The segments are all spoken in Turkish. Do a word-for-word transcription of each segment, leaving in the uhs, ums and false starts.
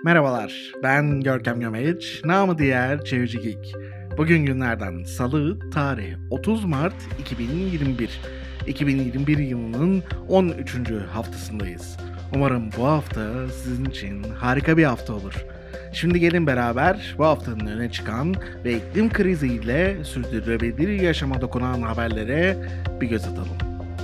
Merhabalar, ben Görkem Gömeç, namı diğer Çevici Geek. Bugün günlerden Salı, tarih otuz Mart iki bin yirmi bir. iki bin yirmi bir yılının on üçüncü haftasındayız. Umarım bu hafta sizin için harika bir hafta olur. Şimdi gelin beraber bu haftanın öne çıkan ve iklim kriziyle sürdürülebilir yaşama dokunan haberlere bir göz atalım.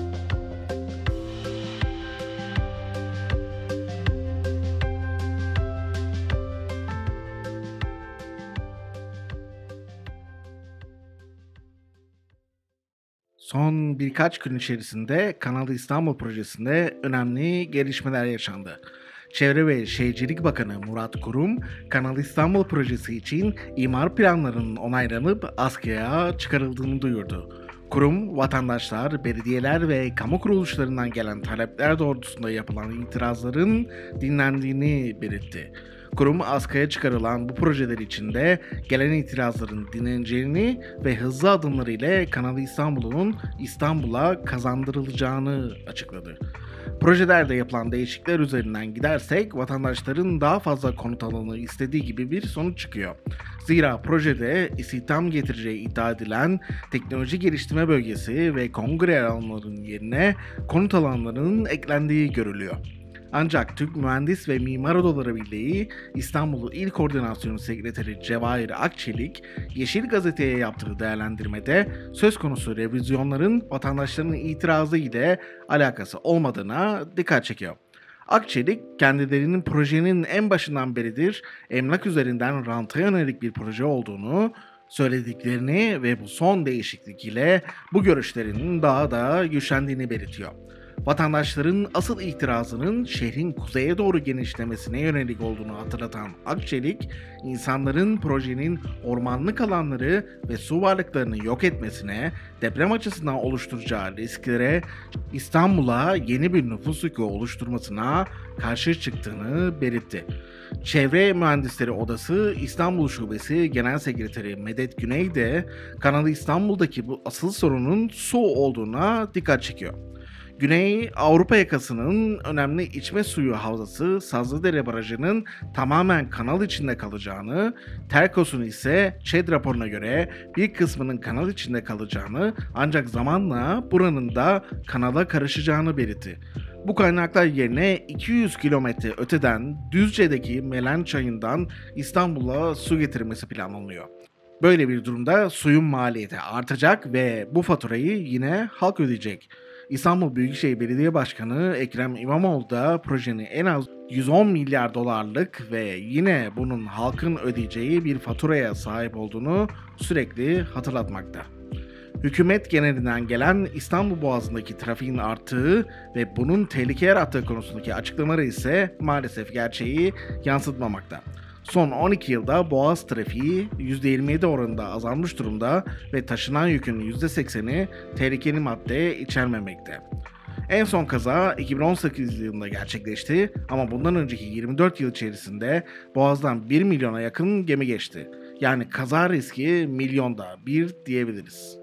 Son birkaç gün içerisinde Kanal İstanbul projesinde önemli gelişmeler yaşandı. Çevre ve Şehircilik Bakanı Murat Kurum, Kanal İstanbul projesi için imar planlarının onaylanıp askıya çıkarıldığını duyurdu. Kurum, vatandaşlar, belediyeler ve kamu kuruluşlarından gelen talepler doğrultusunda yapılan itirazların dinlendiğini belirtti. Kurum, askıya çıkarılan bu projeler içinde gelen itirazların dinleneceğini ve hızlı adımlar ile Kanal İstanbul'un İstanbul'a kazandırılacağını açıkladı. Projelerde yapılan değişiklikler üzerinden gidersek vatandaşların daha fazla konut alanı istediği gibi bir sonuç çıkıyor. Zira projede istihdam getireceği iddia edilen teknoloji geliştirme bölgesi ve kongre alanlarının yerine konut alanlarının eklendiği görülüyor. Ancak Türk Mühendis ve Mimar Odaları Birliği İstanbul İl Koordinasyon Sekreteri Cevahir Akçelik, Yeşil Gazete'ye yaptığı değerlendirmede söz konusu revizyonların vatandaşların itirazı ile alakası olmadığına dikkat çekiyor. Akçelik, kendilerinin projenin en başından beridir emlak üzerinden ranta yönelik bir proje olduğunu söylediklerini ve bu son değişiklik ile bu görüşlerinin daha da güçlendiğini belirtiyor. Vatandaşların asıl itirazının şehrin kuzeye doğru genişlemesine yönelik olduğunu hatırlatan Akçelik, insanların projenin ormanlık alanları ve su varlıklarını yok etmesine, deprem açısından oluşturacağı risklere, İstanbul'a yeni bir nüfus yükü oluşturmasına karşı çıktığını belirtti. Çevre Mühendisleri Odası İstanbul Şubesi Genel Sekreteri Medet Güney de Kanal İstanbul'daki bu asıl sorunun su olduğuna dikkat çekiyor. Güney Avrupa yakasının önemli içme suyu havzası Sazlıdere Barajı'nın tamamen kanal içinde kalacağını, Terkos'un ise ÇED raporuna göre bir kısmının kanal içinde kalacağını ancak zamanla buranın da kanala karışacağını belirtti. Bu kaynaklar yerine iki yüz kilometre öteden Düzce'deki Melen Çayı'ndan İstanbul'a su getirmesi planlanıyor. Böyle bir durumda suyun maliyeti artacak ve bu faturayı yine halk ödeyecek. İstanbul Büyükşehir Belediye Başkanı Ekrem İmamoğlu da projenin en az yüz on milyar dolarlık ve yine bunun halkın ödeyeceği bir faturaya sahip olduğunu sürekli hatırlatmakta. Hükümet genelinden gelen İstanbul Boğazı'ndaki trafiğin arttığı ve bunun tehlike yarattığı konusundaki açıklamaları ise maalesef gerçeği yansıtmamakta. Son on iki yılda Boğaz trafiği yüzde yirmi yedi oranında azalmış durumda ve taşınan yükün yüzde sekseni tehlikeli madde içermemekte. En son kaza iki bin on sekiz yılında gerçekleşti ama bundan önceki yirmi dört yıl içerisinde Boğaz'dan bir milyona yakın gemi geçti. Yani kaza riski milyonda bir diyebiliriz.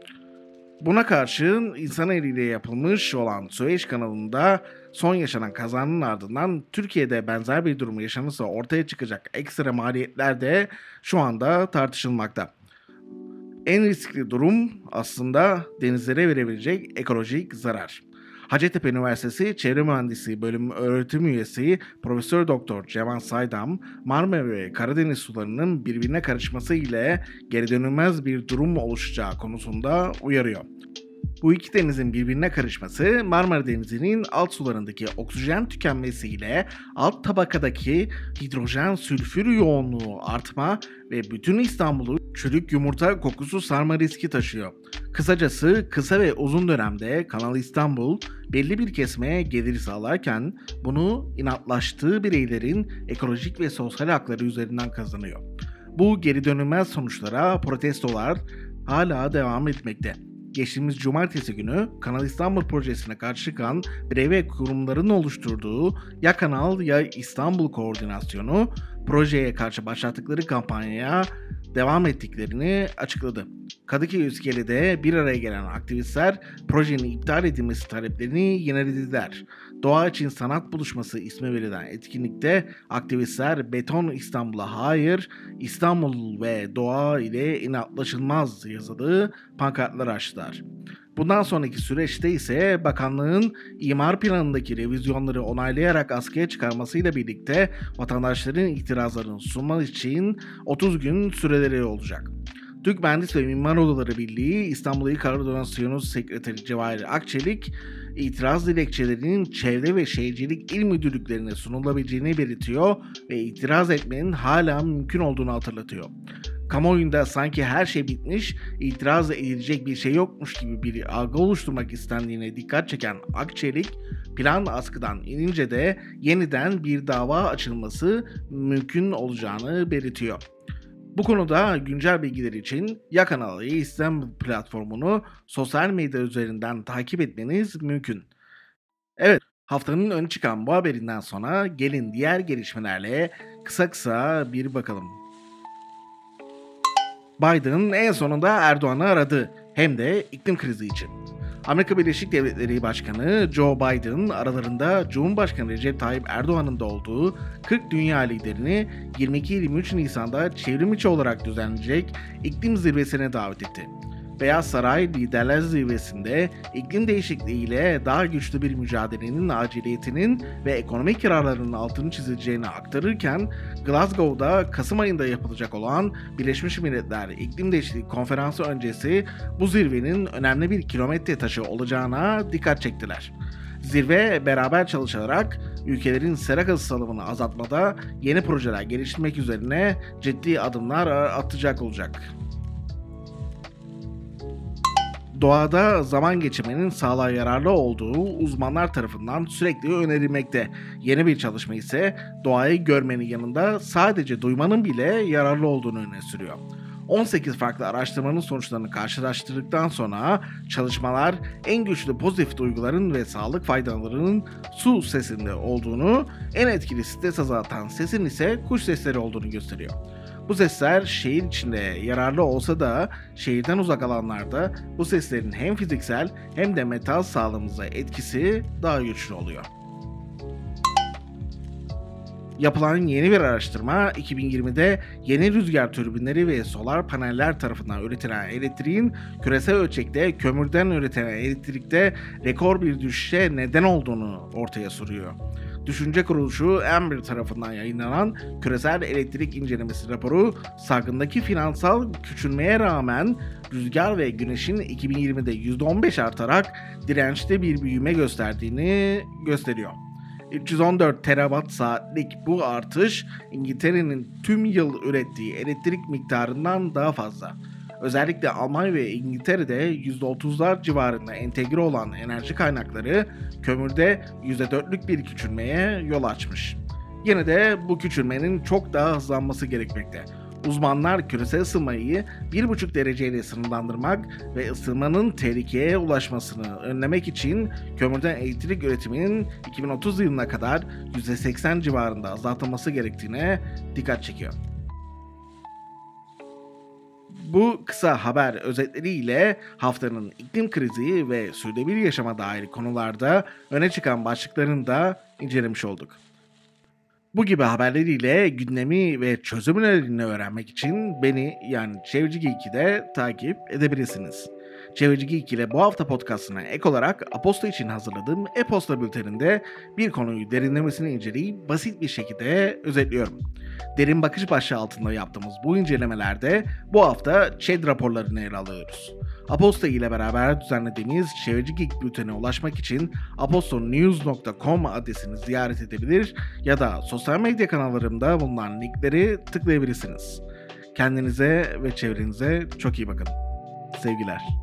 Buna karşın insan eliyle yapılmış olan Süveyş kanalında son yaşanan kazanın ardından Türkiye'de benzer bir durum yaşanırsa ortaya çıkacak ekstra maliyetler de şu anda tartışılmakta. En riskli durum aslında denizlere verebilecek ekolojik zarar. Hacettepe Üniversitesi Çevre Mühendisliği Bölümü öğretim üyesi Profesör Doktor Cemal Saydam, Marmara ve Karadeniz sularının birbirine karışması ile geri dönülmez bir durum oluşacağı konusunda uyarıyor. Bu iki denizin birbirine karışması Marmara Denizi'nin alt sularındaki oksijen tükenmesiyle alt tabakadaki hidrojen sülfür yoğunluğu artma ve bütün İstanbul'u çürük yumurta kokusu sarma riski taşıyor. Kısacası kısa ve uzun dönemde Kanal İstanbul belli bir kesmeye gelir sağlarken bunu inatlaştığı bireylerin ekolojik ve sosyal hakları üzerinden kazanıyor. Bu geri dönülmez sonuçlara protestolar hala devam etmekte. Geçtiğimiz cumartesi günü Kanal İstanbul projesine karşı çıkan birey ve kurumların oluşturduğu Ya Kanal Ya İstanbul Koordinasyonu projeye karşı başlattıkları kampanyaya devam ettiklerini açıkladı. Kadıköy İskele'de bir araya gelen aktivistler projenin iptal edilmesi taleplerini yinelediler. Doğa için Sanat Buluşması ismi verilen etkinlikte aktivistler "Beton İstanbul'a hayır, İstanbul ve doğa ile inatlaşılmaz" yazılı pankartlar açtılar. Bundan sonraki süreçte ise bakanlığın imar planındaki revizyonları onaylayarak askıya çıkarmasıyla birlikte vatandaşların itirazlarını sunmak için otuz gün süreleri olacak. Türk Mühendis ve Mimar Odaları Birliği İstanbul İl Koordinasyonu Sekreteri Cevahir Akçelik, itiraz dilekçelerinin Çevre ve Şehircilik İl Müdürlüklerine sunulabileceğini belirtiyor ve itiraz etmenin hala mümkün olduğunu hatırlatıyor. Kamuoyunda sanki her şey bitmiş, itiraz edilecek bir şey yokmuş gibi bir algı oluşturmak istendiğine dikkat çeken Akçelik, plan askıdan inince de yeniden bir dava açılması mümkün olacağını belirtiyor. Bu konuda güncel bilgiler için Ya kanalı Ya İstanbul platformunu sosyal medya üzerinden takip etmeniz mümkün. Evet, haftanın öne çıkan bu haberinden sonra gelin diğer gelişmelerle kısa kısa bir bakalım. Biden en sonunda Erdoğan'ı aradı, hem de iklim krizi için. Amerika Birleşik Devletleri Başkanı Joe Biden aralarında Cumhurbaşkanı Recep Tayyip Erdoğan'ın da olduğu kırk dünya liderini yirmi iki yirmi üç Nisan'da çevrim içi olarak düzenlenecek iklim zirvesine davet etti. Beyaz Saray Liderler Zirvesi'nde iklim değişikliğiyle daha güçlü bir mücadelenin aciliyetinin ve ekonomik yararlarının altını çizileceğini aktarırken, Glasgow'da Kasım ayında yapılacak olan Birleşmiş Milletler İklim Değişikliği Konferansı öncesi bu zirvenin önemli bir kilometre taşı olacağına dikkat çektiler. Zirve beraber çalışarak ülkelerin sera gazı salımını azaltmada yeni projeler geliştirmek üzerine ciddi adımlar atacak olacak. Doğada zaman geçirmenin sağlığa yararlı olduğu uzmanlar tarafından sürekli önerilmekte. Yeni bir çalışma ise doğayı görmenin yanında sadece duymanın bile yararlı olduğunu öne sürüyor. on sekiz farklı araştırmanın sonuçlarını karşılaştırdıktan sonra çalışmalar en güçlü pozitif duyguların ve sağlık faydalarının su sesinde olduğunu, en etkili stres azaltan sesin ise kuş sesleri olduğunu gösteriyor. Bu sesler şehir içinde yararlı olsa da şehirden uzak alanlarda bu seslerin hem fiziksel hem de mental sağlığımıza etkisi daha güçlü oluyor. Yapılan yeni bir araştırma iki bin yirmide yeni rüzgar türbinleri ve solar paneller tarafından üretilen elektriğin küresel ölçekte kömürden üretilen elektrikte rekor bir düşüşe neden olduğunu ortaya sürüyor. Düşünce kuruluşu Amber tarafından yayınlanan Küresel Elektrik İncelemesi raporu, salgındaki finansal küçülmeye rağmen rüzgar ve güneşin iki bin yirmide yüzde on beş artarak dirençli bir büyüme gösterdiğini gösteriyor. üç yüz on dört terawatt saatlik bu artış İngiltere'nin tüm yıl ürettiği elektrik miktarından daha fazla. Özellikle Almanya ve İngiltere'de yüzde otuzlar civarında entegre olan enerji kaynakları kömürde yüzde dörtlük bir küçülmeye yol açmış. Yine de bu küçülmenin çok daha hızlanması gerekmekte. Uzmanlar küresel ısınmayı bir buçuk dereceyle sınırlandırmak ve ısınmanın tehlikeye ulaşmasını önlemek için kömürden elektrik üretiminin iki bin otuz yılına kadar yüzde seksen civarında azaltılması gerektiğine dikkat çekiyor. Bu kısa haber özetleriyle haftanın iklim krizi ve sürdürülebilir yaşama dair konularda öne çıkan başlıklarını da incelemiş olduk. Bu gibi haberleriyle gündemi ve çözüm önerilerini öğrenmek için beni, yani Çevreci Geek'i takip edebilirsiniz. Çevreci Geek ile bu hafta podcastına ek olarak Aposto için hazırladığım e-posta bülteninde bir konuyu derinlemesine inceleyip basit bir şekilde özetliyorum. Derin bakış başlığı altında yaptığımız bu incelemelerde bu hafta ÇED raporlarını ele alıyoruz. Aposto ile beraber düzenlediğimiz Çevreci Geek bültenine ulaşmak için apostonews nokta com adresini ziyaret edebilir ya da sosyal medya kanallarımda bulunan linkleri tıklayabilirsiniz. Kendinize ve çevrenize çok iyi bakın. Sevgiler.